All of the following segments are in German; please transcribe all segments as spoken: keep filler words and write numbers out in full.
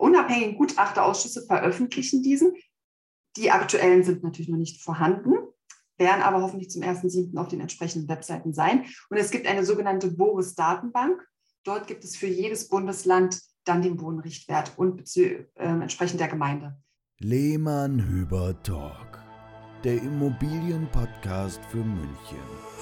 unabhängigen Gutachterausschüsse veröffentlichen diesen. Die aktuellen sind natürlich noch nicht vorhanden, werden aber hoffentlich zum ersten siebten auf den entsprechenden Webseiten sein. Und es gibt eine sogenannte BORIS-Datenbank. Dort gibt es für jedes Bundesland dann den Bodenrichtwert und äh, entsprechend der Gemeinde. Lehmann-Hüber Talk, der Immobilien-Podcast für München.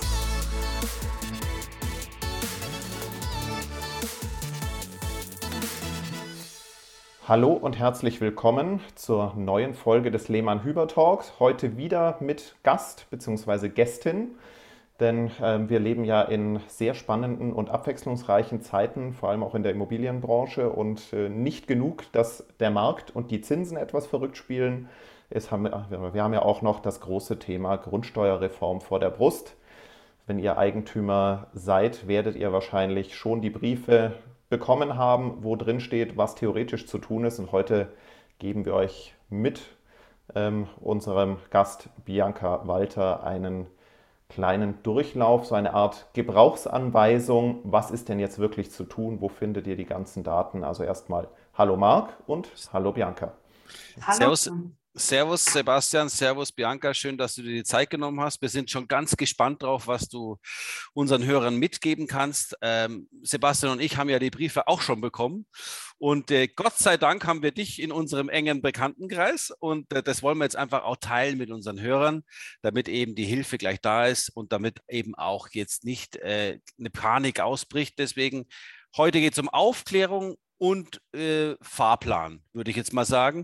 Hallo und herzlich willkommen zur neuen Folge des Lehmann-Hüber Talks. Heute wieder mit Gast bzw. Gästin, denn äh, wir leben ja in sehr spannenden und abwechslungsreichen Zeiten, vor allem auch in der Immobilienbranche, und äh, nicht genug, dass der Markt und die Zinsen etwas verrückt spielen. Es haben, wir haben ja auch noch das große Thema Grundsteuerreform vor der Brust. Wenn ihr Eigentümer seid, werdet ihr wahrscheinlich schon die Briefe bekommen haben, wo drin steht, was theoretisch zu tun ist. Und heute geben wir euch mit ähm, unserem Gast Bianca Walter einen kleinen Durchlauf, so eine Art Gebrauchsanweisung. Was ist denn jetzt wirklich zu tun? Wo findet ihr die ganzen Daten? Also erstmal hallo Marc und hallo Bianca. Hallo. Servus. Servus Sebastian, servus Bianca, schön, dass du dir die Zeit genommen hast. Wir sind schon ganz gespannt drauf, was du unseren Hörern mitgeben kannst. Ähm, Sebastian und ich haben ja die Briefe auch schon bekommen und äh, Gott sei Dank haben wir dich in unserem engen Bekanntenkreis und äh, das wollen wir jetzt einfach auch teilen mit unseren Hörern, damit eben die Hilfe gleich da ist und damit eben auch jetzt nicht äh, eine Panik ausbricht. Deswegen, heute geht es um Aufklärung und äh, Fahrplan, würde ich jetzt mal sagen.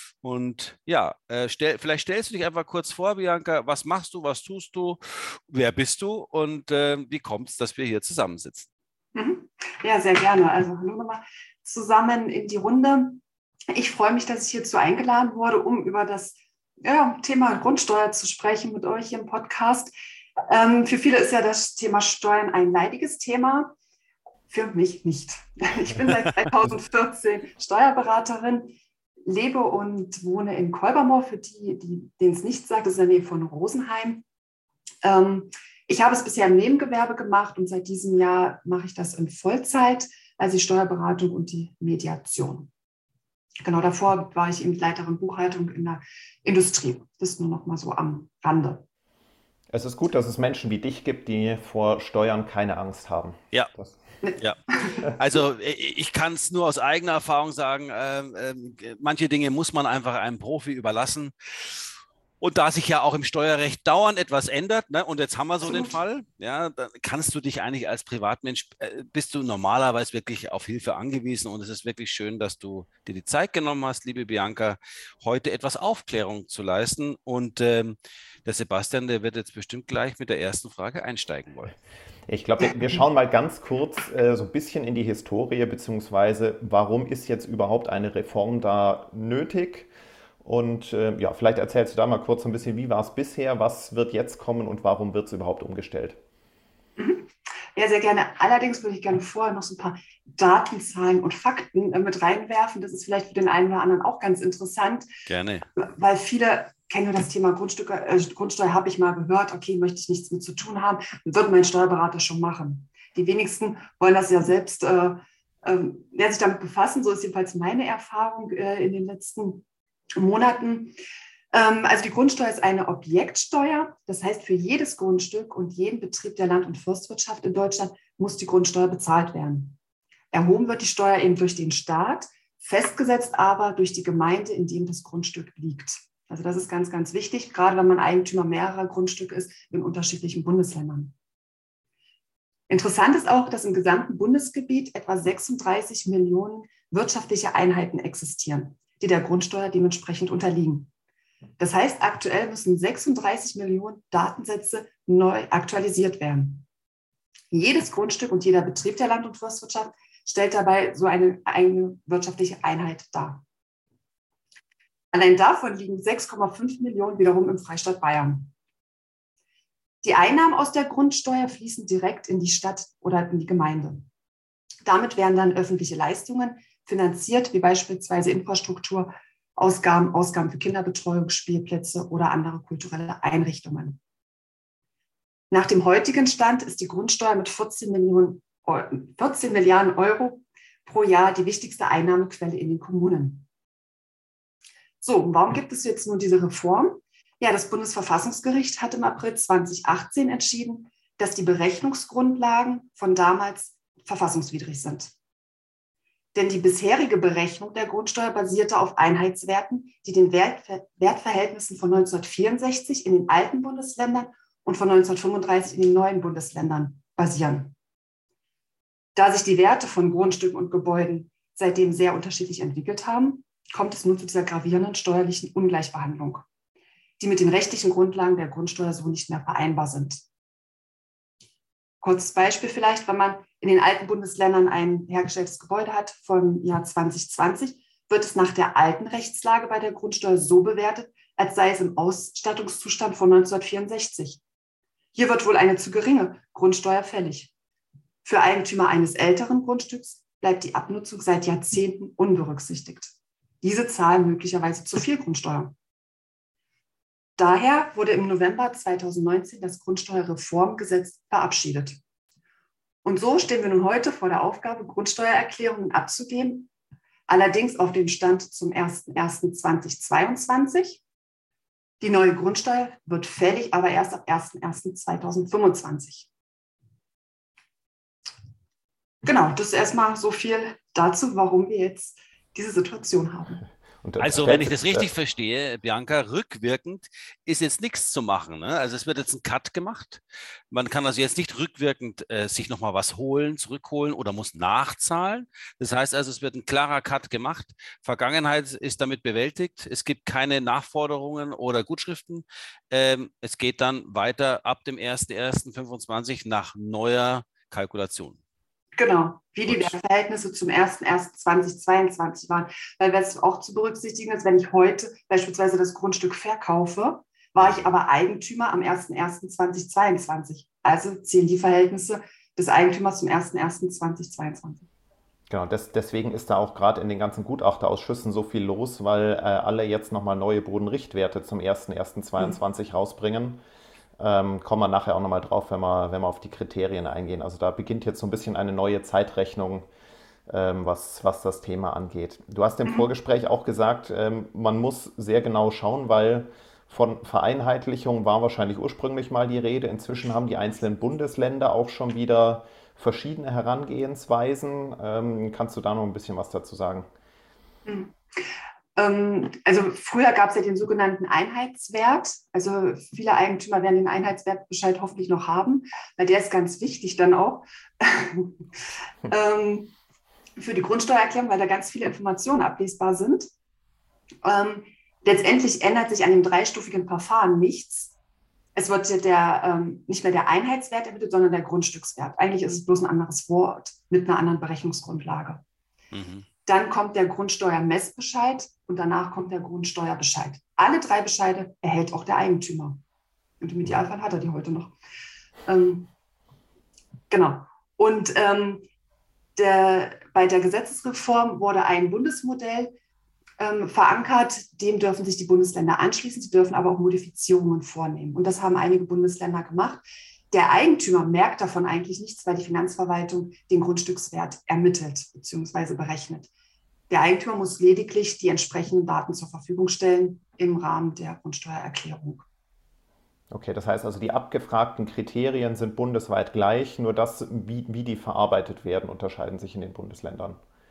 Und ja, äh, stell, vielleicht stellst du dich einfach kurz vor, Bianca, was machst du, was tust du, wer bist du und äh, wie kommt es, dass wir hier zusammensitzen? Mhm. Ja, sehr gerne. Also hallo nochmal zusammen in die Runde. Ich freue mich, dass ich hierzu eingeladen wurde, um über das ja, Thema Grundsteuer zu sprechen mit euch hier im Podcast. Ähm, für viele ist ja das Thema Steuern ein leidiges Thema, für mich nicht. Ich bin seit zweitausendvierzehn Steuerberaterin, lebe und wohne in Kolbermoor, für die, die denen es nicht sagt, das ist in der Nähe von Rosenheim. Ähm, ich habe es bisher im Nebengewerbe gemacht und seit diesem Jahr mache ich das in Vollzeit, also die Steuerberatung und die Mediation. Genau, davor war ich eben Leiterin Buchhaltung in der Industrie. Das nur noch mal so am Rande. Es ist gut, dass es Menschen wie dich gibt, die vor Steuern keine Angst haben. Ja. Das Ja, also ich kann es nur aus eigener Erfahrung sagen, äh, äh, manche Dinge muss man einfach einem Profi überlassen. Und da sich ja auch im Steuerrecht dauernd etwas ändert, ne, und jetzt haben wir so den Fall, ja, dann kannst du dich eigentlich als Privatmensch, äh, bist du normalerweise wirklich auf Hilfe angewiesen und es ist wirklich schön, dass du dir die Zeit genommen hast, liebe Bianca, heute etwas Aufklärung zu leisten und ähm, der Sebastian, der wird jetzt bestimmt gleich mit der ersten Frage einsteigen wollen. Ich glaube, wir schauen mal ganz kurz äh, so ein bisschen in die Historie, beziehungsweise warum ist jetzt überhaupt eine Reform da nötig? Und äh, ja, vielleicht erzählst du da mal kurz so ein bisschen, wie war es bisher, was wird jetzt kommen und warum wird es überhaupt umgestellt? Ja, sehr gerne. Allerdings würde ich gerne vorher noch so ein paar Daten, Zahlen und Fakten äh, mit reinwerfen. Das ist vielleicht für den einen oder anderen auch ganz interessant. Gerne. Weil viele kennen nur das Thema Grundstücke, äh, Grundsteuer, habe ich mal gehört, okay, möchte ich nichts mit zu tun haben, wird mein Steuerberater schon machen. Die wenigsten wollen das ja selbst, äh, äh, werden sich damit befassen, so ist jedenfalls meine Erfahrung äh, in den letzten Monaten. Ähm, also die Grundsteuer ist eine Objektsteuer, das heißt für jedes Grundstück und jeden Betrieb der Land- und Forstwirtschaft in Deutschland muss die Grundsteuer bezahlt werden. Erhoben wird die Steuer eben durch den Staat, festgesetzt aber durch die Gemeinde, in dem das Grundstück liegt. Also das ist ganz, ganz wichtig, gerade wenn man Eigentümer mehrerer Grundstücke ist in unterschiedlichen Bundesländern. Interessant ist auch, dass im gesamten Bundesgebiet etwa sechsunddreißig Millionen wirtschaftliche Einheiten existieren, die der Grundsteuer dementsprechend unterliegen. Das heißt, aktuell müssen sechsunddreißig Millionen Datensätze neu aktualisiert werden. Jedes Grundstück und jeder Betrieb der Land- und Forstwirtschaft stellt dabei so eine eigene wirtschaftliche Einheit dar. Allein davon liegen sechs Komma fünf Millionen wiederum im Freistaat Bayern. Die Einnahmen aus der Grundsteuer fließen direkt in die Stadt oder in die Gemeinde. Damit werden dann öffentliche Leistungen finanziert, wie beispielsweise Infrastrukturausgaben, Ausgaben für Kinderbetreuung, Spielplätze oder andere kulturelle Einrichtungen. Nach dem heutigen Stand ist die Grundsteuer mit vierzehn Millionen, vierzehn Milliarden Euro pro Jahr die wichtigste Einnahmequelle in den Kommunen. So, und warum gibt es jetzt nun diese Reform? Ja, das Bundesverfassungsgericht hat im April zweitausendachtzehn entschieden, dass die Berechnungsgrundlagen von damals verfassungswidrig sind. Denn die bisherige Berechnung der Grundsteuer basierte auf Einheitswerten, die den Wert, Wertverhältnissen von neunzehnhundertvierundsechzig in den alten Bundesländern und von neunzehnhundertfünfunddreißig in den neuen Bundesländern basieren. Da sich die Werte von Grundstücken und Gebäuden seitdem sehr unterschiedlich entwickelt haben, kommt es nun zu dieser gravierenden steuerlichen Ungleichbehandlung, die mit den rechtlichen Grundlagen der Grundsteuer so nicht mehr vereinbar sind. Kurzes Beispiel vielleicht, wenn man in den alten Bundesländern ein hergestelltes Gebäude hat vom Jahr zwanzig zwanzig, wird es nach der alten Rechtslage bei der Grundsteuer so bewertet, als sei es im Ausstattungszustand von neunzehnhundertvierundsechzig. Hier wird wohl eine zu geringe Grundsteuer fällig. Für Eigentümer eines älteren Grundstücks bleibt die Abnutzung seit Jahrzehnten unberücksichtigt. Diese zahlen möglicherweise zu viel Grundsteuer. Daher wurde im November zweitausendneunzehn das Grundsteuerreformgesetz verabschiedet. Und so stehen wir nun heute vor der Aufgabe, Grundsteuererklärungen abzugeben, allerdings auf dem Stand zum ersten ersten zweitausendzweiundzwanzig. Die neue Grundsteuer wird fällig, aber erst ab ersten ersten zweitausendfünfundzwanzig. Genau, das ist erstmal so viel dazu, warum wir jetzt diese Situation haben. Also, wenn ich das richtig verstehe, Bianca, rückwirkend ist jetzt nichts zu machen. Ne? Also es wird jetzt ein Cut gemacht. Man kann also jetzt nicht rückwirkend äh, sich nochmal was holen, zurückholen oder muss nachzahlen. Das heißt also, es wird ein klarer Cut gemacht. Vergangenheit ist damit bewältigt. Es gibt keine Nachforderungen oder Gutschriften. Ähm, es geht dann weiter ab dem ersten ersten fünfundzwanzig nach neuer Kalkulation. Genau, wie die Wertverhältnisse zum ersten ersten zweitausendzweiundzwanzig waren. Weil was auch zu berücksichtigen ist, wenn ich heute beispielsweise das Grundstück verkaufe, war ich aber Eigentümer am ersten ersten zweitausendzweiundzwanzig. Also zählen die Verhältnisse des Eigentümers zum ersten ersten zweitausendzweiundzwanzig. Genau, das, deswegen ist da auch gerade in den ganzen Gutachterausschüssen so viel los, weil äh, alle jetzt nochmal neue Bodenrichtwerte zum ersten ersten zweiundzwanzig mhm. rausbringen. Ähm, kommen wir nachher auch nochmal drauf, wenn wir, wenn wir auf die Kriterien eingehen. Also da beginnt jetzt so ein bisschen eine neue Zeitrechnung, ähm, was, was das Thema angeht. Du hast im Vorgespräch auch gesagt, ähm, man muss sehr genau schauen, weil von Vereinheitlichung war wahrscheinlich ursprünglich mal die Rede. Inzwischen haben die einzelnen Bundesländer auch schon wieder verschiedene Herangehensweisen. Ähm, kannst du da noch ein bisschen was dazu sagen? Mhm. Also früher gab es ja den sogenannten Einheitswert. Also viele Eigentümer werden den Einheitswertbescheid hoffentlich noch haben, weil der ist ganz wichtig dann auch ähm, für die Grundsteuererklärung, weil da ganz viele Informationen ablesbar sind. Ähm, letztendlich ändert sich an dem dreistufigen Verfahren nichts. Es wird ja der, ähm, nicht mehr der Einheitswert ermittelt, sondern der Grundstückswert. Eigentlich ist es bloß ein anderes Wort mit einer anderen Berechnungsgrundlage. Mhm. Dann kommt der Grundsteuermessbescheid und danach kommt der Grundsteuerbescheid. Alle drei Bescheide erhält auch der Eigentümer. Und im Idealfall hat er die heute noch. Ähm, genau. Und ähm, der, bei der Gesetzesreform wurde ein Bundesmodell ähm, verankert. Dem dürfen sich die Bundesländer anschließen. Sie dürfen aber auch Modifizierungen vornehmen. Und das haben einige Bundesländer gemacht. Der Eigentümer merkt davon eigentlich nichts, weil die Finanzverwaltung den Grundstückswert ermittelt bzw. berechnet. Der Eigentümer muss lediglich die entsprechenden Daten zur Verfügung stellen im Rahmen der Grundsteuererklärung. Okay, das heißt also, die abgefragten Kriterien sind bundesweit gleich, nur das, wie, wie die verarbeitet werden, unterscheiden sich in den Bundesländern.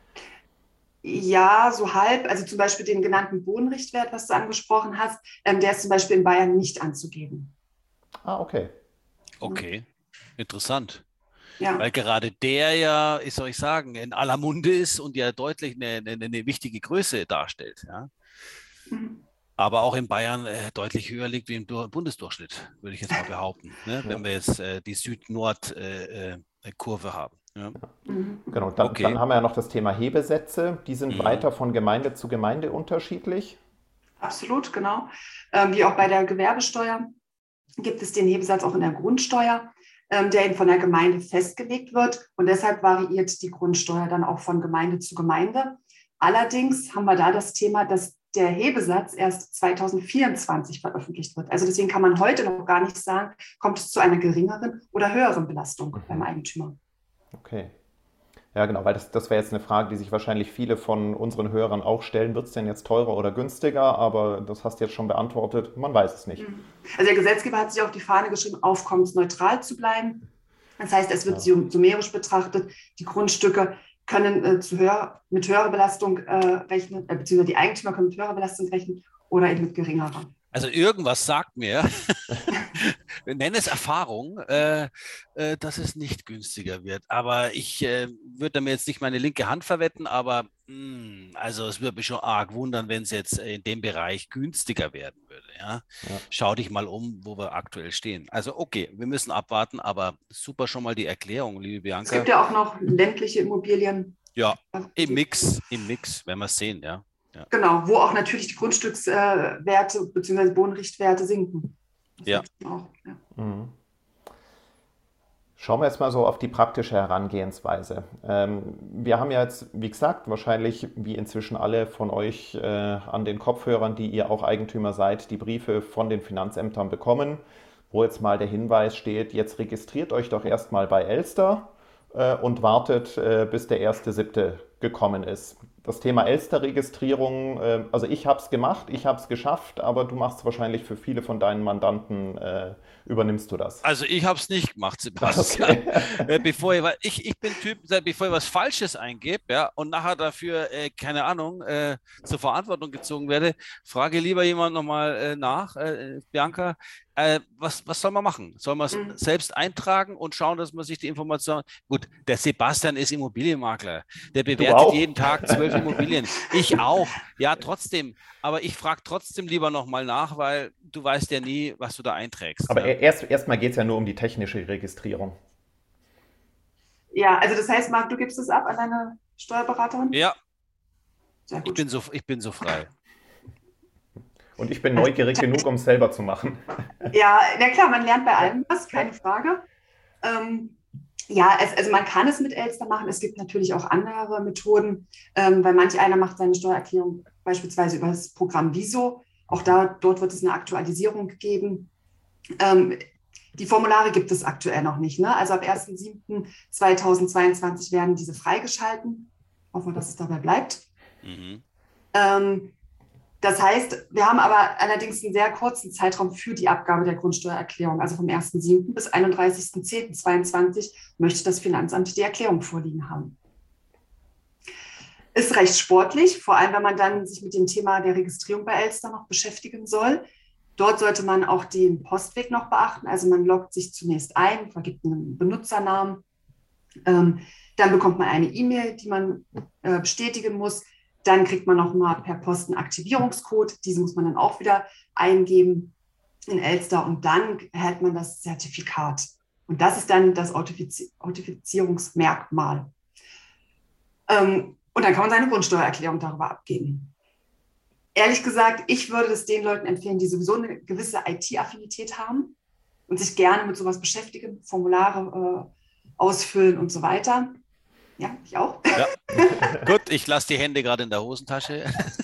Ja, so halb. Also zum Beispiel den genannten Bodenrichtwert, was du angesprochen hast, ähm, der ist zum Beispiel in Bayern nicht anzugeben. Ah, okay. Okay, interessant. Ja. Weil gerade der ja, ich soll ich sagen, in aller Munde ist und ja deutlich eine, eine, eine wichtige Größe darstellt. Ja? Mhm. Aber auch in Bayern äh, deutlich höher liegt wie im Bundesdurchschnitt, würde ich jetzt mal behaupten, ne? Wenn ja. wir jetzt äh, die Süd-Nord-Kurve äh, haben. Ja? Mhm. Genau, dann, okay. dann haben wir ja noch das Thema Hebesätze. Die sind mhm. weiter von Gemeinde zu Gemeinde unterschiedlich. Absolut, genau. Ähm, wie auch bei der Gewerbesteuer gibt es den Hebesatz auch in der Grundsteuer, ähm, der eben von der Gemeinde festgelegt wird. Und deshalb variiert die Grundsteuer dann auch von Gemeinde zu Gemeinde. Allerdings haben wir da das Thema, dass der Hebesatz erst zweitausendvierundzwanzig veröffentlicht wird. Also deswegen kann man heute noch gar nicht sagen, kommt es zu einer geringeren oder höheren Belastung mhm. beim Eigentümer. Okay. Ja, genau, weil das, das wäre jetzt eine Frage, die sich wahrscheinlich viele von unseren Hörern auch stellen. Wird es denn jetzt teurer oder günstiger? Aber das hast du jetzt schon beantwortet. Man weiß es nicht. Also der Gesetzgeber hat sich auf die Fahne geschrieben, aufkommensneutral zu bleiben. Das heißt, es wird Ja. summerisch betrachtet. Die Grundstücke können äh, zu höher, mit höherer Belastung äh, rechnen, äh, beziehungsweise die Eigentümer können mit höherer Belastung rechnen oder eben mit geringerer. Also irgendwas sagt mir, wir nennen es Erfahrung, äh, äh, dass es nicht günstiger wird. Aber ich äh, würde mir jetzt nicht meine linke Hand verwetten, aber mh, also es würde mich schon arg wundern, wenn es jetzt in dem Bereich günstiger werden würde. Ja? Ja. Schau dich mal um, wo wir aktuell stehen. Also okay, wir müssen abwarten, aber super schon mal die Erklärung, liebe Bianca. Es gibt ja auch noch ländliche Immobilien. Ja, im Mix, im Mix, werden wir es sehen, ja. Ja. Genau, wo auch natürlich die Grundstückswerte äh, bzw. Bodenrichtwerte sinken. Das Ja. Auch, ja. Mhm. Schauen wir jetzt mal so auf die praktische Herangehensweise. Ähm, wir haben ja jetzt, wie gesagt, wahrscheinlich wie inzwischen alle von euch äh, an den Kopfhörern, die ihr auch Eigentümer seid, die Briefe von den Finanzämtern bekommen, wo jetzt mal der Hinweis steht, jetzt registriert euch doch erstmal bei Elster äh, und wartet, äh, bis der erste siebte gekommen ist. Das Thema Elster-Registrierung, äh, also ich habe es gemacht, ich habe es geschafft, aber du machst es wahrscheinlich für viele von deinen Mandanten, äh, übernimmst du das? Also ich habe es nicht gemacht, Sebastian. Okay. bevor ich, ich, ich bin Typ, bevor ich was Falsches eingebe, ja, und nachher dafür, äh, keine Ahnung, äh, zur Verantwortung gezogen werde, frage lieber jemand nochmal äh, nach, äh, Bianca, äh, was, was soll man machen? Soll man es Mhm. selbst eintragen und schauen, dass man sich die Informationen... Gut, der Sebastian ist Immobilienmakler, der bewertet jeden Tag zwölf Immobilien. Ich auch, ja, trotzdem. Aber ich frage trotzdem lieber nochmal nach, weil du weißt ja nie, was du da einträgst. Aber ja. erst erstmal geht es ja nur um die technische Registrierung. Ja, also das heißt, Marc, du gibst es ab an deine Steuerberaterin? Ja, Sehr gut. ich bin so, ich bin so frei. Und ich bin neugierig genug, um es selber zu machen. Ja, na klar, man lernt bei allem was, keine Frage. Ähm, ja, es, also man kann es mit Elster machen. Es gibt natürlich auch andere Methoden, ähm, weil manch einer macht seine Steuererklärung beispielsweise über das Programm Viso. Auch da, dort wird es eine Aktualisierung geben. Ähm, die Formulare gibt es aktuell noch nicht. Ne? Also ab erster siebter zweitausendzweiundzwanzig werden diese freigeschalten. Hoffen wir, dass es dabei bleibt. Mhm. Ähm, Das heißt, wir haben aber allerdings einen sehr kurzen Zeitraum für die Abgabe der Grundsteuererklärung. Also vom erster siebter bis einunddreißigster zehnter zweitausendzweiundzwanzig möchte das Finanzamt die Erklärung vorliegen haben. Ist recht sportlich, vor allem wenn man dann sich mit dem Thema der Registrierung bei Elster noch beschäftigen soll. Dort sollte man auch den Postweg noch beachten. Also man loggt sich zunächst ein, vergibt einen Benutzernamen. Ähm, dann bekommt man eine E-Mail, die man äh, bestätigen muss. Dann kriegt man noch mal per Post einen Aktivierungscode. Diesen muss man dann auch wieder eingeben in Elster. Und dann erhält man das Zertifikat. Und das ist dann das Authentiz- Authentifizierungsmerkmal. Ähm, und dann kann man seine Grundsteuererklärung darüber abgeben. Ehrlich gesagt, ich würde es den Leuten empfehlen, die sowieso eine gewisse I T-Affinität haben und sich gerne mit sowas beschäftigen, Formulare äh, ausfüllen und so weiter. Ja, ich auch. Ja. Gut, ich lasse die Hände gerade in der Hosentasche.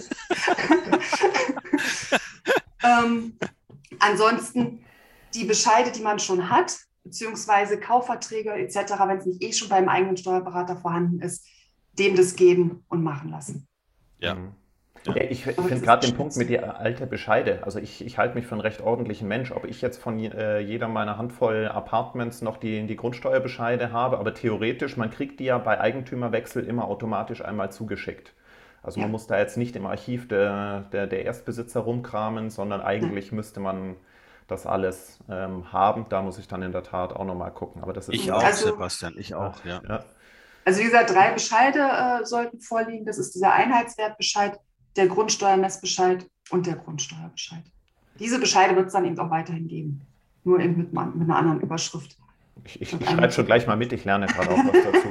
ähm, ansonsten die Bescheide, die man schon hat, beziehungsweise Kaufverträge et cetera, wenn es nicht eh schon beim eigenen Steuerberater vorhanden ist, dem das geben und machen lassen. Ja. Mhm. Ja, ich ich finde gerade den Punkt mit der alten Bescheide, also ich, ich halte mich für einen recht ordentlichen Mensch, ob ich jetzt von äh, jeder meiner Handvoll Apartments noch die, die Grundsteuerbescheide habe, aber theoretisch, man kriegt die ja bei Eigentümerwechsel immer automatisch einmal zugeschickt. Also man Ja. muss da jetzt nicht im Archiv der, der, der Erstbesitzer rumkramen, sondern eigentlich ja. müsste man das alles ähm, haben. Da muss ich dann in der Tat auch nochmal gucken. Aber das ist ich ja auch, also, Sebastian, ich auch, ja. ja. Also wie gesagt, drei Bescheide äh, sollten vorliegen. Das ist dieser Einheitswertbescheid, der Grundsteuermessbescheid und der Grundsteuerbescheid. Diese Bescheide wird es dann eben auch weiterhin geben, nur eben mit, mit einer anderen Überschrift. Ich, ich, ich schreibe schon gleich mal mit, ich lerne gerade auch was dazu.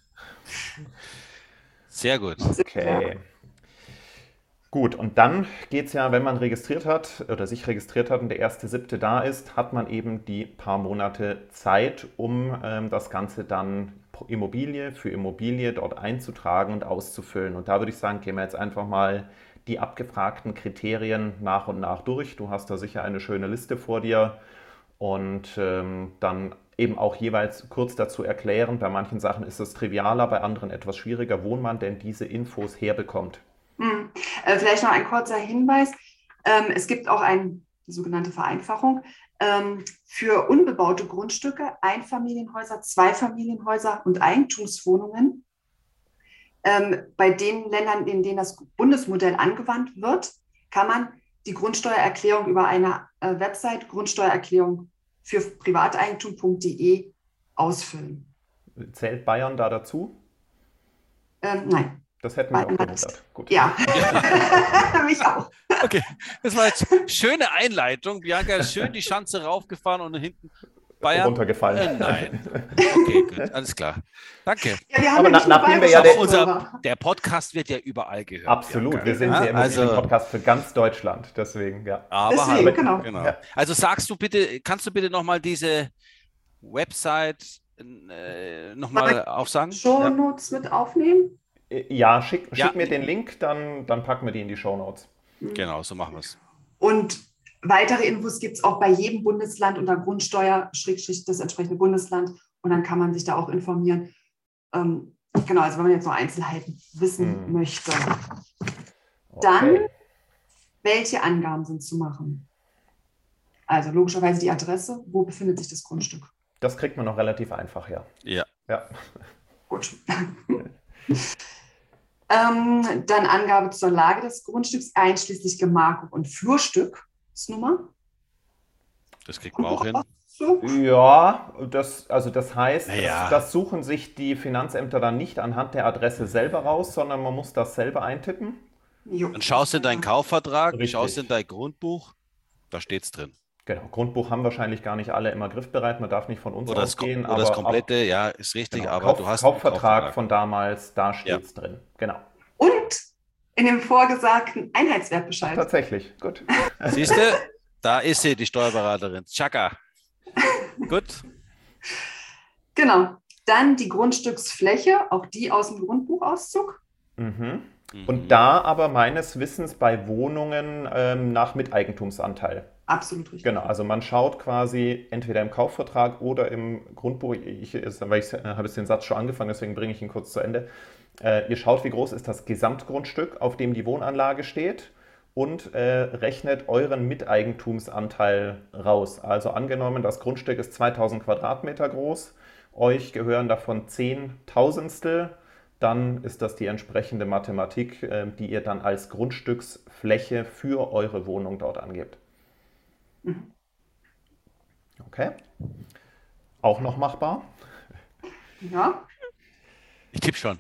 Sehr gut. Okay. Gut, und dann geht es ja, wenn man registriert hat oder sich registriert hat und der erste siebte da ist, hat man eben die paar Monate Zeit, um ähm, das Ganze dann Immobilie für Immobilie dort einzutragen und auszufüllen. Und da würde ich sagen, gehen wir jetzt einfach mal die abgefragten Kriterien nach und nach durch. Du hast da sicher eine schöne Liste vor dir. und ähm, dann eben auch jeweils kurz dazu erklären. Bei manchen Sachen ist es trivialer, bei anderen etwas schwieriger, wo man denn diese Infos herbekommt. Hm. Äh, vielleicht noch ein kurzer Hinweis. Ähm, es gibt auch eine sogenannte Vereinfachung. Ähm, für unbebaute Grundstücke, Einfamilienhäuser, Zweifamilienhäuser und Eigentumswohnungen, ähm, bei den Ländern, in denen das Bundesmodell angewandt wird, kann man die Grundsteuererklärung über eine äh, Website, Grundsteuererklärung für privateigentum punkt de, ausfüllen. Zählt Bayern da dazu? Ähm, nein. Das hätte mich auch gewundert. Gut. Ja, mich auch. Okay, das war jetzt eine schöne Einleitung. Bianca ist schön die Schanze raufgefahren und hinten Bayern runtergefallen. Äh, nein. Okay, gut, alles klar. Danke. Ja, wir haben Aber ja nicht nach, nachdem wir ja den, unser, der Podcast wird ja überall gehört. Absolut, Bianca. wir sind ja, hier im also, Podcast für ganz Deutschland, deswegen, ja. Aber Deswegen, hallo, genau. genau. Ja. Also sagst du bitte, kannst du bitte nochmal diese Website äh, nochmal aufsagen? Shownotes ja. mit aufnehmen? Ja, schick, schick ja. mir den Link, dann, dann packen wir die in die Shownotes. Genau, so machen wir es. Und weitere Infos gibt es auch bei jedem Bundesland unter Grundsteuer, Schrägstrich das entsprechende Bundesland. Und dann kann man sich da auch informieren. Ähm, genau, also wenn man jetzt noch Einzelheiten wissen hm. möchte. Okay. Dann, welche Angaben sind zu machen? Also logischerweise die Adresse. Wo befindet sich das Grundstück? Das kriegt man noch relativ einfach, ja. Ja. ja. Gut. ähm, dann Angabe zur Lage des Grundstücks, einschließlich Gemarkung und Flurstücksnummer. Das kriegt man auch hin. Ja, das, also das heißt, naja. das, das suchen sich die Finanzämter dann nicht anhand der Adresse selber raus, sondern man muss das selber eintippen. Jo. Dann schaust du in deinen Kaufvertrag, Richtig. schaust in dein Grundbuch, da steht es drin. Genau, Grundbuch haben wahrscheinlich gar nicht alle immer griffbereit, man darf nicht von uns oder das, ausgehen. oder aber das komplette, ab, ja, ist richtig, genau, aber Kauf, du hast Kaufvertrag, Kaufvertrag von damals, da steht es ja. drin, genau. Und in dem vorgesagten Einheitswertbescheid. Tatsächlich, gut. Siehst du, da ist sie, die Steuerberaterin. Tschakka. Gut. Genau. Dann die Grundstücksfläche, auch die aus dem Grundbuchauszug. Mhm. Und da aber meines Wissens bei Wohnungen ähm, nach Miteigentumsanteil. Absolut richtig. Genau, also man schaut quasi entweder im Kaufvertrag oder im Grundbuch, ich, ich, weil ich habe jetzt den Satz schon angefangen, deswegen bringe ich ihn kurz zu Ende. Äh, ihr schaut, wie groß ist das Gesamtgrundstück, auf dem die Wohnanlage steht und äh, rechnet euren Miteigentumsanteil raus. Also angenommen, das Grundstück ist zweitausend Quadratmeter groß, euch gehören davon zehn Tausendstel, dann ist das die entsprechende Mathematik, äh, die ihr dann als Grundstücksfläche für eure Wohnung dort angebt. Okay. Auch noch machbar? Ja. Ich tippe schon.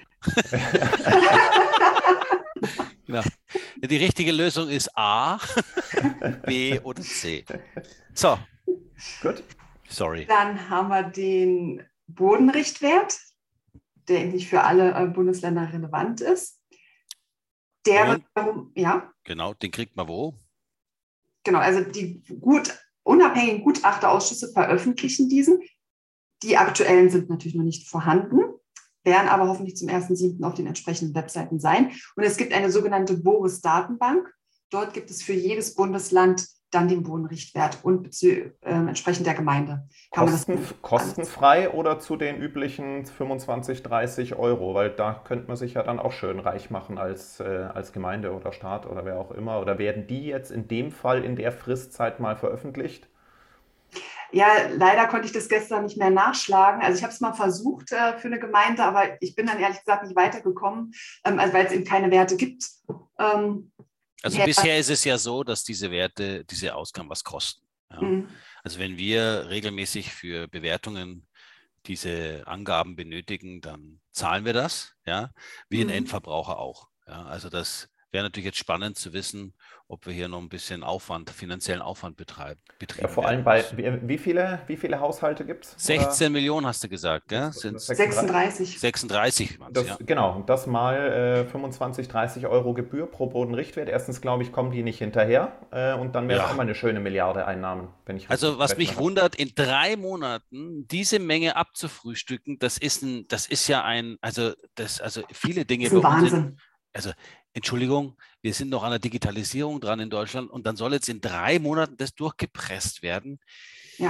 Genau. Die richtige Lösung ist A, B oder C. So. Gut. Sorry. Dann haben wir den Bodenrichtwert, der nicht für alle äh, Bundesländer relevant ist. Der, ja. Genau, den kriegt man wo? Genau, also die gut, unabhängigen Gutachterausschüsse veröffentlichen diesen. Die aktuellen sind natürlich noch nicht vorhanden, werden aber hoffentlich zum ersten siebten auf den entsprechenden Webseiten sein. Und es gibt eine sogenannte BORIS-Datenbank. Dort gibt es für jedes Bundesland dann den Bodenrichtwert und äh, entsprechend der Gemeinde. Kann Kosten, man das kostenfrei oder zu den üblichen fünfundzwanzig, dreißig Euro? Weil da könnte man sich ja dann auch schön reich machen als, äh, als Gemeinde oder Staat oder wer auch immer. Oder werden die jetzt in dem Fall in der Fristzeit mal veröffentlicht? Ja, leider konnte ich das gestern nicht mehr nachschlagen. Also ich habe es mal versucht äh, für eine Gemeinde, aber ich bin dann ehrlich gesagt nicht weitergekommen, ähm, also weil es eben keine Werte gibt. Ähm, Also ja, bisher ist es ja so, dass diese Werte, diese Ausgaben was kosten. Ja. Mhm. Also wenn wir regelmäßig für Bewertungen diese Angaben benötigen, dann zahlen wir das, ja, wie ein mhm. Endverbraucher auch. Ja. Also das wäre natürlich jetzt spannend zu wissen, ob wir hier noch ein bisschen Aufwand, finanziellen Aufwand betreiben. Ja, vor allem bei, wie, wie, viele, wie viele Haushalte gibt es? sechzehn Millionen hast du gesagt, gell? Sind's sechsunddreißig. sechsunddreißig. Das, ja. Genau, das mal äh, fünfundzwanzig, dreißig Euro Gebühr pro Bodenrichtwert. Erstens, glaube ich, kommen die nicht hinterher äh, und dann wäre es ja. auch mal eine schöne Milliarde Einnahmen. Wenn ich also was mich wundert, in drei Monaten diese Menge abzufrühstücken, das ist, ein, das ist ja ein, also, das, also viele Dinge. Das ist ein Wahnsinn. Sind, also Entschuldigung, wir sind noch an der Digitalisierung dran in Deutschland und dann soll jetzt in drei Monaten das durchgepresst werden. Ja.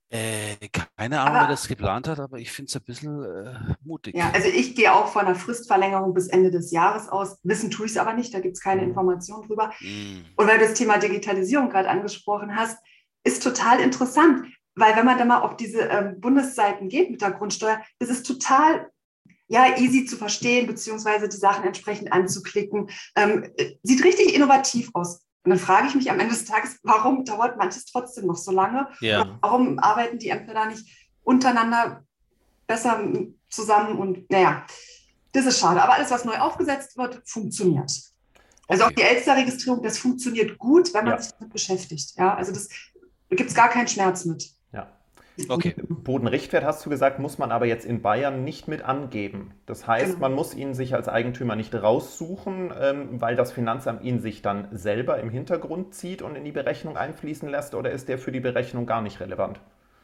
Äh, keine Ahnung, Aber wer das geplant hat, aber ich finde es ein bisschen äh, mutig. ja, also ich gehe auch von einer Fristverlängerung bis Ende des Jahres aus. Wissen tue ich es aber nicht, da gibt es keine Mhm. Informationen drüber. Mm. Und weil du das Thema Digitalisierung gerade angesprochen hast, ist total interessant, weil wenn man da mal auf diese ähm, Bundesseiten geht mit der Grundsteuer, das ist total ja, easy zu verstehen, beziehungsweise die Sachen entsprechend anzuklicken. Ähm, sieht richtig innovativ aus. Und dann frage ich mich am Ende des Tages, warum dauert manches trotzdem noch so lange? Ja. Oder warum arbeiten die Ämter da nicht untereinander besser zusammen? Und naja, das ist schade. Aber alles, was neu aufgesetzt wird, funktioniert. Also Okay. auch die Elster-Registrierung, das funktioniert gut, wenn man Ja. sich damit beschäftigt. Ja, also das, da gibt es gar keinen Schmerz mit. Ja. Okay. Bodenrichtwert, hast du gesagt, muss man aber jetzt in Bayern nicht mit angeben. Das heißt, Genau. man muss ihn sich als Eigentümer nicht raussuchen, ähm, weil das Finanzamt ihn sich dann selber im Hintergrund zieht und in die Berechnung einfließen lässt, oder ist der für die Berechnung gar nicht relevant?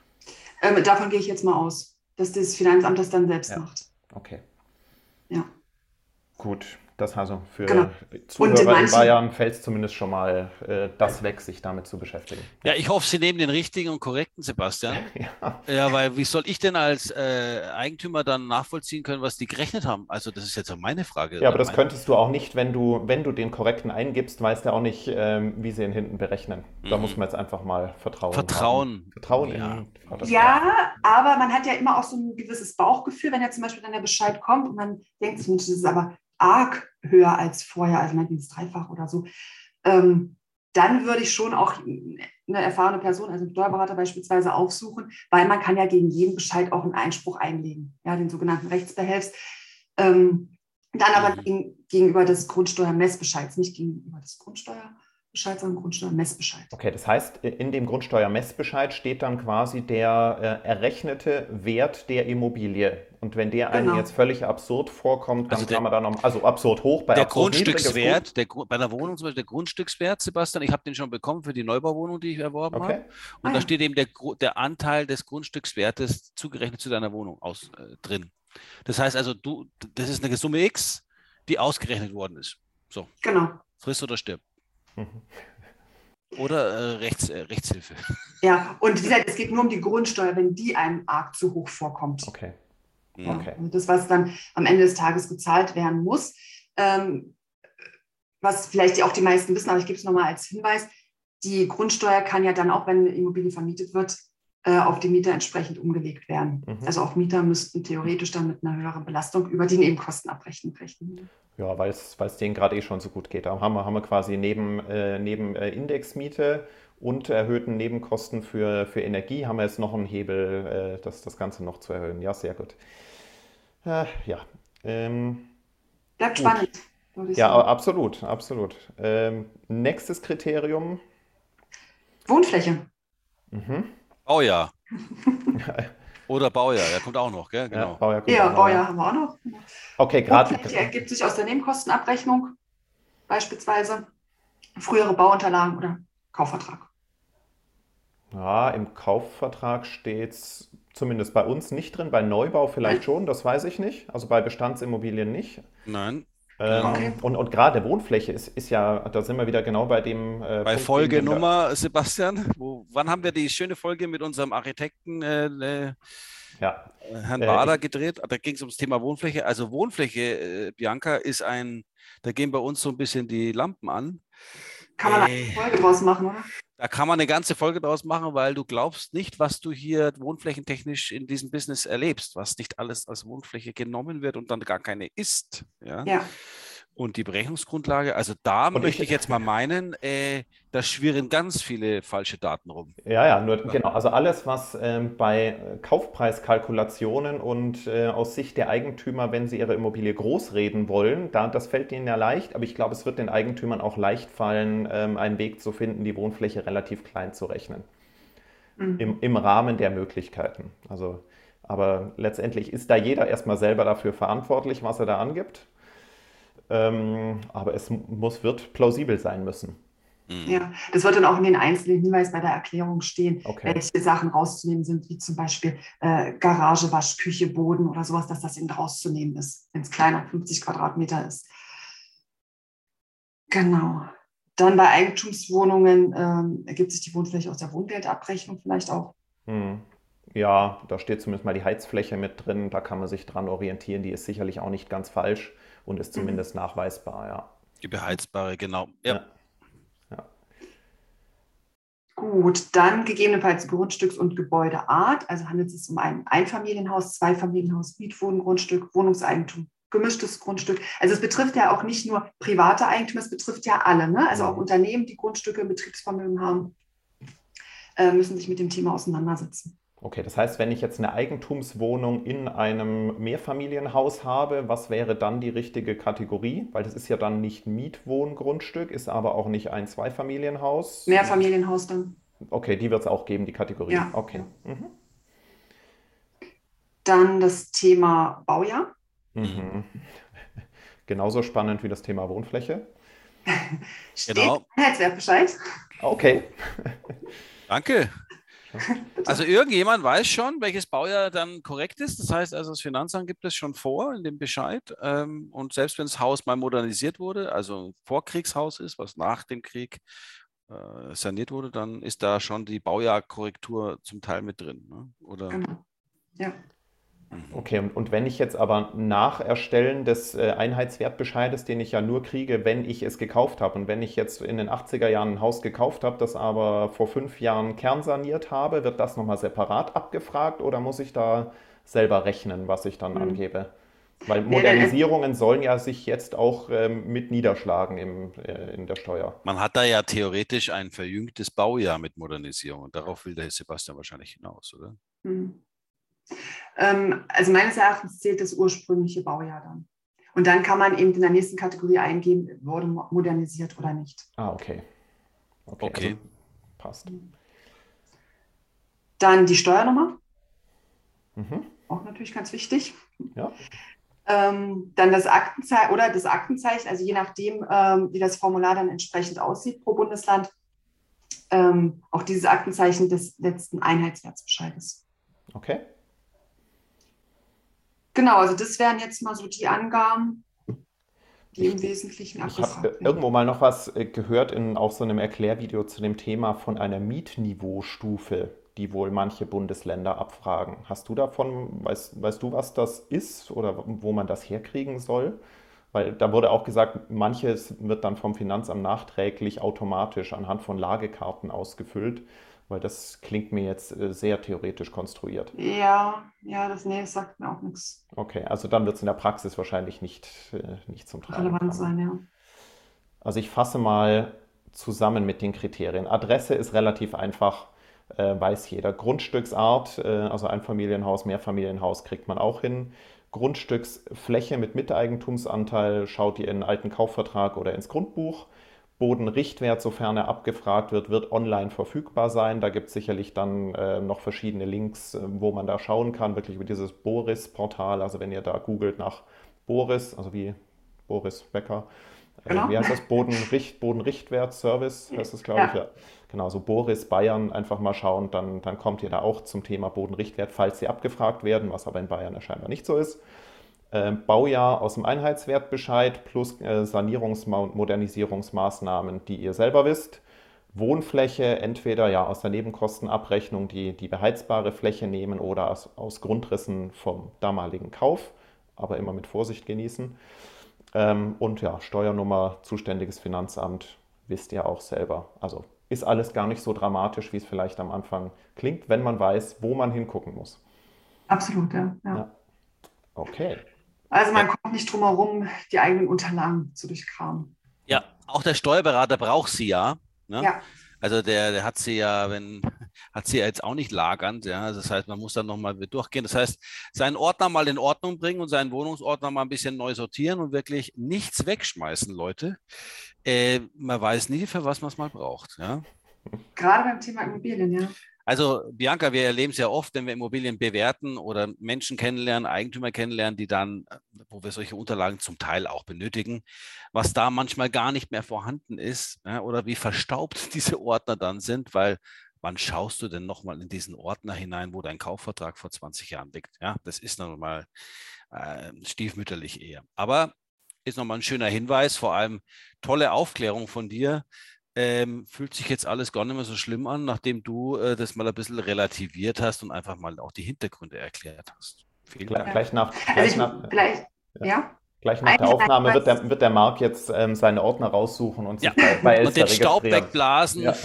Ähm, davon gehe ich jetzt mal aus, dass das Finanzamt das dann selbst Ja. macht. Okay, Ja. gut. Das also für Genau. Zuhörer in manchen- Bayern fällt es zumindest schon mal äh, das weg, sich damit zu beschäftigen. Ja, ich hoffe, Sie nehmen den richtigen und korrekten, Sebastian. Ja. Ja, weil wie soll ich denn als äh, Eigentümer dann nachvollziehen können, was die gerechnet haben? Also das ist jetzt auch meine Frage. Ja, aber das Meine- könntest du auch nicht, wenn du, wenn du den korrekten eingibst, weißt du auch nicht, ähm, wie sie ihn hinten berechnen. Da Mhm. muss man jetzt einfach mal Vertrauen Vertrauen. haben. Vertrauen Ja. in Vater. Ja, aber man hat ja immer auch so ein gewisses Bauchgefühl, wenn ja zum Beispiel dann der Bescheid kommt und man denkt sich, Mensch, das ist aber arg höher als vorher, also meinetwegen das Dreifach oder so. Ähm, dann würde ich schon auch eine erfahrene Person, also einen Steuerberater beispielsweise, aufsuchen, weil man kann ja gegen jeden Bescheid auch einen Einspruch einlegen, ja, den sogenannten Rechtsbehelfs. Ähm, dann aber Mhm. gegen, gegenüber des Grundsteuermessbescheids, nicht gegenüber des Grundsteuerbescheids, sondern Grundsteuermessbescheid. Okay, das heißt, in dem Grundsteuermessbescheid steht dann quasi der äh, errechnete Wert der Immobilie. Und wenn der einem Genau. jetzt völlig absurd vorkommt, dann Also der- kann man da noch, also absurd hoch, bei Der absurd niedrig ist Grundstückswert, der, Gru- bei einer Wohnung zum Beispiel der Grundstückswert, Sebastian, ich habe den schon bekommen für die Neubauwohnung, die ich erworben gut. Okay. habe. Und Ah, da ja. steht eben der, Gru- der Anteil des Grundstückswertes zugerechnet zu deiner Wohnung aus, äh, drin. Das heißt also, du, das ist eine Summe X, die ausgerechnet worden ist. So, Genau. friss oder stirb. Mhm. Oder äh, Rechts, äh, Rechtshilfe. Ja, und wie gesagt, es geht nur um die Grundsteuer, wenn die einem arg zu hoch vorkommt. Okay. Ja, Okay. also das, was dann am Ende des Tages gezahlt werden muss. Ähm, was vielleicht auch die meisten wissen, aber ich gebe es nochmal als Hinweis, die Grundsteuer kann ja dann auch, wenn eine Immobilie vermietet wird, äh, auf die Mieter entsprechend umgelegt werden. Mhm. Also auch Mieter müssten theoretisch dann mit einer höheren Belastung über die Nebenkostenabrechnung rechnen. Ja, weil es denen gerade eh schon so gut geht. Da haben wir, haben wir quasi neben, äh, neben äh, Indexmiete und erhöhten Nebenkosten für, für Energie haben wir jetzt noch einen Hebel, äh, das, das Ganze noch zu erhöhen. Ja, sehr gut. Äh, ja. Ähm, Bleibt Gut. spannend, würde ich ja, sagen. absolut, absolut. Ähm, nächstes Kriterium. Wohnfläche. Mhm. Baujahr. Oder Baujahr, der kommt auch noch, gell? Ja, Genau. Baujahr, Ja, gut, Baujahr haben wir auch noch. Okay, gerade. Wohnfläche ergibt sich aus der Nebenkostenabrechnung, beispielsweise frühere Bauunterlagen oder Kaufvertrag. Ja, im Kaufvertrag steht es zumindest bei uns nicht drin, bei Neubau vielleicht schon, das weiß ich nicht. Also bei Bestandsimmobilien nicht. Nein. Ähm, Okay. Und, und gerade Wohnfläche ist, ist ja, da sind wir wieder genau bei dem äh, Bei Punkt, Folge den wir- Nummer, Sebastian, wo, wann haben wir die schöne Folge mit unserem Architekten äh, äh, Ja, Herrn Äh, Bader ich- gedreht? Da ging es ums Thema Wohnfläche. Also Wohnfläche, äh, Bianca, ist ein, da gehen bei uns so ein bisschen die Lampen an. Kann man Äh. eine Folge draus machen, oder? Da kann man eine ganze Folge draus machen, weil du glaubst nicht, was du hier wohnflächentechnisch in diesem Business erlebst, was nicht alles als Wohnfläche genommen wird und dann gar keine ist. Ja. Ja. Und die Berechnungsgrundlage, also da Und möchte ich- ich jetzt mal meinen, äh, da schwirren ganz viele falsche Daten rum. Ja, ja, nur genau. Also alles, was ähm, bei äh, Kaufpreiskalkulationen und äh, aus Sicht der Eigentümer, wenn sie ihre Immobilie großreden wollen, da, das fällt ihnen ja leicht, aber ich glaube, es wird den Eigentümern auch leicht fallen, ähm, einen Weg zu finden, die Wohnfläche relativ klein zu rechnen. Mhm. Im, im Rahmen der Möglichkeiten. Also, aber letztendlich ist da jeder erstmal selber dafür verantwortlich, was er da angibt. Ähm, aber es muss, wird plausibel sein müssen. Mhm. Ja, das wird dann auch in den einzelnen Hinweisen bei der Erklärung stehen, Okay. welche Sachen rauszunehmen sind, wie zum Beispiel äh, Garage, Waschküche, Boden oder sowas, dass das eben rauszunehmen ist, wenn es kleiner fünfzig Quadratmeter ist. Genau. Dann bei Eigentumswohnungen ähm, ergibt sich die Wohnfläche aus der Wohngeldabrechnung vielleicht auch. Hm. Ja, da steht zumindest mal die Heizfläche mit drin, da kann man sich dran orientieren, die ist sicherlich auch nicht ganz falsch und ist Mhm. zumindest nachweisbar, ja. Die beheizbare, genau. Ja, Ja, ja. Gut, dann gegebenenfalls Grundstücks- und Gebäudeart. Also handelt es sich um ein Einfamilienhaus, Zweifamilienhaus, Mietwohngrundstück, Wohnungseigentum, gemischtes Grundstück. Also es betrifft ja auch nicht nur private Eigentümer, es betrifft ja alle. Ne? Also auch Hm. Unternehmen, die Grundstücke im Betriebsvermögen haben, äh, müssen sich mit dem Thema auseinandersetzen. Okay, das heißt, wenn ich jetzt eine Eigentumswohnung in einem Mehrfamilienhaus habe, was wäre dann die richtige Kategorie? Weil das ist ja dann nicht Mietwohngrundstück, ist aber auch nicht ein Zweifamilienhaus. Mehrfamilienhaus dann. Okay, die wird es auch geben, die Kategorie. Ja, Okay. ja. Mhm. Dann das Thema Baujahr. mhm. Mhm. Genauso spannend wie das Thema Wohnfläche. Steht Genau. Einheitswertbescheid. Okay. Danke. Also Bitte. irgendjemand weiß schon, welches Baujahr dann korrekt ist. Das heißt also, das Finanzamt gibt es schon vor in dem Bescheid. Ähm, und selbst wenn das Haus mal modernisiert wurde, also ein Vorkriegshaus ist, was nach dem Krieg äh, saniert wurde, dann ist da schon die Baujahrkorrektur zum Teil mit drin. Ne? Oder? Genau. Ja. Mhm. Okay, und, und wenn ich jetzt aber nach Erstellen des äh, Einheitswertbescheides, den ich ja nur kriege, wenn ich es gekauft habe, und wenn ich jetzt in den achtziger Jahren ein Haus gekauft habe, das aber vor fünf Jahren kernsaniert habe, wird das nochmal separat abgefragt oder muss ich da selber rechnen, was ich dann Hm. angebe? Weil Nee, dann, Modernisierungen sollen ja sich jetzt auch ähm, mit niederschlagen im, äh, in der Steuer. Man hat da ja theoretisch ein verjüngtes Baujahr mit Modernisierung. Und darauf will der Sebastian wahrscheinlich hinaus, oder? hm. ähm, also meines Erachtens zählt das ursprüngliche Baujahr dann. Und dann kann man eben in der nächsten Kategorie eingeben, wurde modernisiert oder nicht. Ah, okay. Okay, also Okay. passt. Dann die Steuernummer, Mhm. auch natürlich ganz wichtig. Ja. Ähm, dann das Aktenzeichen oder das Aktenzeichen, also je nachdem, ähm, wie das Formular dann entsprechend aussieht pro Bundesland, ähm, auch dieses Aktenzeichen des letzten Einheitswertbescheides. Okay. Genau, also das wären jetzt mal so die Angaben, die Ich, im Wesentlichen Ich habe abgefragt werden. irgendwo mal noch was äh, gehört in auch so einem Erklärvideo zu dem Thema von einer Mietniveaustufe, die wohl manche Bundesländer abfragen. Hast du davon, weißt, weißt du, was das ist oder wo man das herkriegen soll? Weil da wurde auch gesagt, manches wird dann vom Finanzamt nachträglich automatisch anhand von Lagekarten ausgefüllt, weil das klingt mir jetzt äh, sehr theoretisch konstruiert. Ja, ja, das, nee, das sagt mir auch nichts. Okay, also dann wird es in der Praxis wahrscheinlich nicht, äh, nicht zum Tragen Relevant kommen. sein, ja. Also ich fasse mal zusammen mit den Kriterien. Adresse ist relativ einfach, äh, weiß jeder. Grundstücksart, äh, also Einfamilienhaus, Mehrfamilienhaus kriegt man auch hin. Grundstücksfläche mit Miteigentumsanteil schaut ihr in einen alten Kaufvertrag oder ins Grundbuch. Bodenrichtwert, sofern er abgefragt wird, wird online verfügbar sein. Da gibt es sicherlich dann äh, noch verschiedene Links, äh, wo man da schauen kann, wirklich über dieses Boris-Portal. Also wenn ihr da googelt nach Boris, also wie Boris Becker, äh, Genau. wie heißt das? Bodenricht, Bodenrichtwert-Service heißt das, glaube ich, Ja, ja. Genau, so Boris Bayern einfach mal schauen, dann, dann kommt ihr da auch zum Thema Bodenrichtwert, falls sie abgefragt werden, was aber in Bayern ja scheinbar nicht so ist. Äh, Baujahr aus dem Einheitswertbescheid plus äh, Sanierungs- und Modernisierungsmaßnahmen, die ihr selber wisst. Wohnfläche entweder ja aus der Nebenkostenabrechnung die, die beheizbare Fläche nehmen oder aus, aus Grundrissen vom damaligen Kauf, aber immer mit Vorsicht genießen. Ähm, und ja, Steuernummer, zuständiges Finanzamt, wisst ihr auch selber. Also ist alles gar nicht so dramatisch, wie es vielleicht am Anfang klingt, wenn man weiß, wo man hingucken muss. absolut, ja, ja. Ja, okay. Also Ja, man kommt nicht drum herum, die eigenen Unterlagen zu durchkramen. ja, auch der Steuerberater braucht sie ja. Ne? Ja, Also der, der hat sie ja, wenn, hat sie ja jetzt auch nicht lagernd, ja. Also das heißt, man muss dann nochmal durchgehen. Das heißt, seinen Ordner mal in Ordnung bringen und seinen Wohnungsordner mal ein bisschen neu sortieren und wirklich nichts wegschmeißen, Leute. Äh, man weiß nie, für was man es mal braucht. Ja. gerade beim Thema Immobilien, ja. Also Bianca, wir erleben es ja oft, wenn wir Immobilien bewerten oder Menschen kennenlernen, Eigentümer kennenlernen, die dann, wo wir solche Unterlagen zum Teil auch benötigen, was da manchmal gar nicht mehr vorhanden ist, ja, oder wie verstaubt diese Ordner dann sind, weil wann schaust du denn nochmal in diesen Ordner hinein, wo dein Kaufvertrag vor zwanzig Jahren liegt? Ja, das ist nochmal äh, stiefmütterlich eher. Aber ist nochmal ein schöner Hinweis, vor allem tolle Aufklärung von dir, ähm, fühlt sich jetzt alles gar nicht mehr so schlimm an, nachdem du äh, das mal ein bisschen relativiert hast und einfach mal auch die Hintergründe erklärt hast. Vielen Gleich, Dank. gleich nach, Also gleich ich, nach, vielleicht, ja. ja. Gleich nach der Ein Aufnahme wird Hinweis- der, wird der Marc jetzt ähm, seine Ordner raussuchen und sich Ja. bei, bei Und den Elster Staub registrieren. wegblasen. Ja.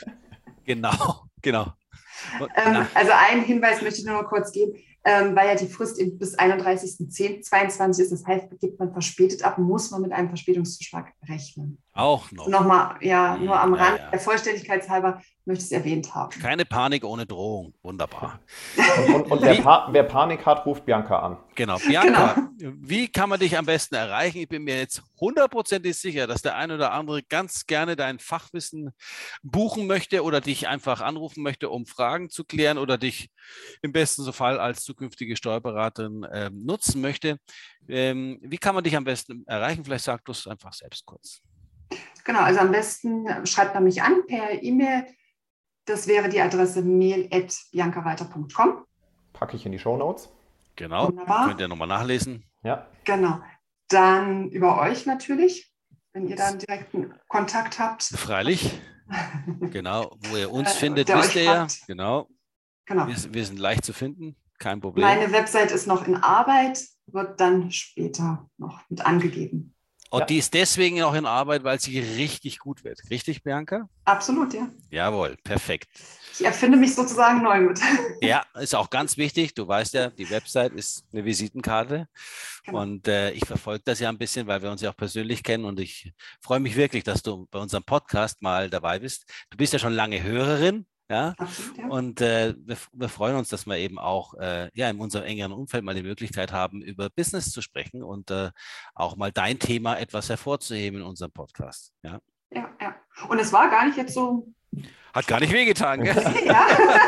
Genau, genau. Und, Ähm, na, also einen Hinweis möchte ich nur noch kurz geben, ähm, weil ja die Frist in, bis einunddreißigsten zehnten zweiundzwanzig ist. Das heißt, gibt man verspätet ab, muss man mit einem Verspätungszuschlag rechnen. auch noch. Nochmal, ja, Hm, nur am ja, Rand, ja. der Vollständigkeit halber möchte ich es erwähnt haben. Keine Panik ohne Drohung. Wunderbar. Und, und, und wer, Wie- pa wer Panik hat, ruft Bianca an. Genau. Bianca, wie kann man dich am besten erreichen? Ich bin mir jetzt hundertprozentig sicher, dass der eine oder andere ganz gerne dein Fachwissen buchen möchte oder dich einfach anrufen möchte, um Fragen zu klären oder dich im besten Fall als zukünftige Steuerberaterin äh, nutzen möchte. Ähm, wie kann man dich am besten erreichen? Vielleicht sagst du es einfach selbst kurz. Genau, also am besten schreibt man mich an per E-Mail. Das wäre die Adresse mail at biancawalter punkt com. Packe ich in die Shownotes. Genau. Wunderbar. Könnt ihr nochmal nachlesen. Ja. Genau. Dann über euch natürlich, wenn ihr dann direkten Kontakt habt. Freilich. Genau. Wo ihr uns Äh, findet, der wisst euch ihr ja. fragt. Genau. Genau. Wir, wir sind leicht zu finden. Kein Problem. Meine Website ist noch in Arbeit, wird dann später noch mit angegeben. Und Ja. die ist deswegen auch in Arbeit, weil sie richtig gut wird. Richtig, Bianca? Absolut, ja. Jawohl, perfekt. Ich erfinde mich sozusagen neu mit. Ja, ist auch ganz wichtig. Du weißt ja, die Website ist eine Visitenkarte. Genau. Und äh, ich verfolge das ja ein bisschen, weil wir uns ja auch persönlich kennen. Und ich freue mich wirklich, dass du bei unserem Podcast mal dabei bist. Du bist ja schon lange Hörerin. Ja, Absolut, ja. und äh, wir, wir freuen uns, dass wir eben auch äh, ja, in unserem engeren Umfeld mal die Möglichkeit haben, über Business zu sprechen und äh, auch mal dein Thema etwas hervorzuheben in unserem Podcast. Ja. Ja, ja. Und es war gar nicht jetzt so. Hat gar nicht wehgetan, gell? Ja.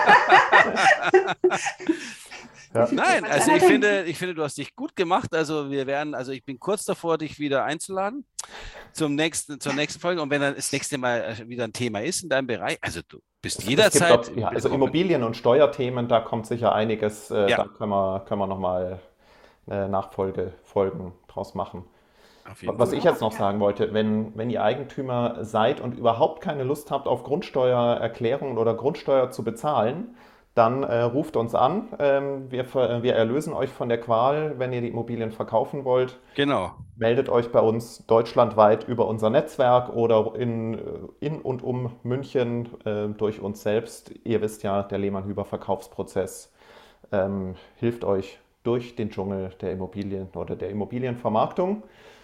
Ja. Nein, also ich finde, ich finde, du hast dich gut gemacht. Also wir werden, also ich bin kurz davor, dich wieder einzuladen zum nächsten, zur nächsten Folge. Und wenn dann das nächste Mal wieder ein Thema ist in deinem Bereich, also du bist Es jederzeit. gibt auch, ja, also Immobilien- und Steuerthemen, da kommt sicher einiges. Äh, Ja. Da können wir, können wir nochmal äh, Nachfolgefolgen draus machen. Auf jeden Was Fall. ich jetzt noch sagen wollte, wenn, wenn ihr Eigentümer seid und überhaupt keine Lust habt, auf Grundsteuererklärungen oder Grundsteuer zu bezahlen, dann äh, ruft uns an. Ähm, wir, ver- wir erlösen euch von der Qual, wenn ihr die Immobilien verkaufen wollt. Genau. Meldet euch bei uns deutschlandweit über unser Netzwerk oder in, in und um München äh, durch uns selbst. Ihr wisst ja, der Lehmann-Hüber-Verkaufsprozess ähm, hilft euch durch den Dschungel der Immobilien oder der Immobilienvermarktung.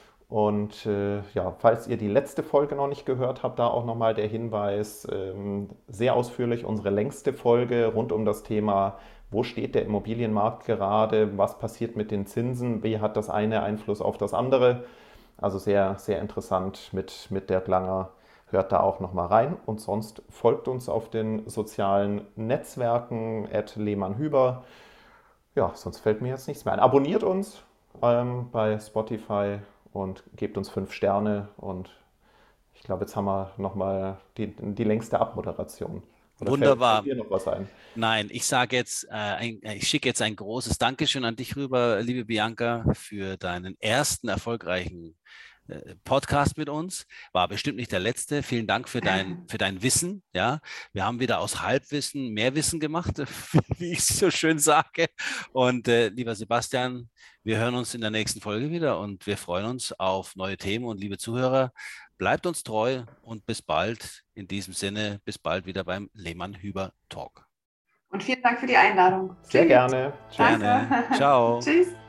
Und äh, ja, falls ihr die letzte Folge noch nicht gehört habt, da auch nochmal der Hinweis, ähm, sehr ausführlich unsere längste Folge rund um das Thema, wo steht der Immobilienmarkt gerade, was passiert mit den Zinsen, wie hat das eine Einfluss auf das andere. Also sehr, sehr interessant mit, mit Dirk Langer. Hört da auch nochmal rein. Und sonst folgt uns auf den sozialen Netzwerken at Lehmann-Hüber. Ja, sonst fällt mir jetzt nichts mehr ein. Abonniert uns ähm, bei Spotify und gebt uns fünf Sterne. Und ich glaube, jetzt haben wir nochmal die, die längste Abmoderation. Oder Wunderbar. Fällt dir noch was ein? Nein, ich sage jetzt, äh, ein, ich schicke jetzt ein großes Dankeschön an dich rüber, liebe Bianca, für deinen ersten erfolgreichen äh, Podcast mit uns. War bestimmt nicht der letzte. Vielen Dank für dein, für dein Wissen. Ja, wir haben wieder aus Halbwissen mehr Wissen gemacht, wie ich so schön sage. Und äh, lieber Sebastian, wir hören uns in der nächsten Folge wieder und wir freuen uns auf neue Themen. Und liebe Zuhörer, bleibt uns treu und bis bald. In diesem Sinne, bis bald wieder beim Lehmann-Hüber Talk. Und vielen Dank für die Einladung. Sehr Tschüss. gerne. Gerne. Danke. Ciao. Tschüss.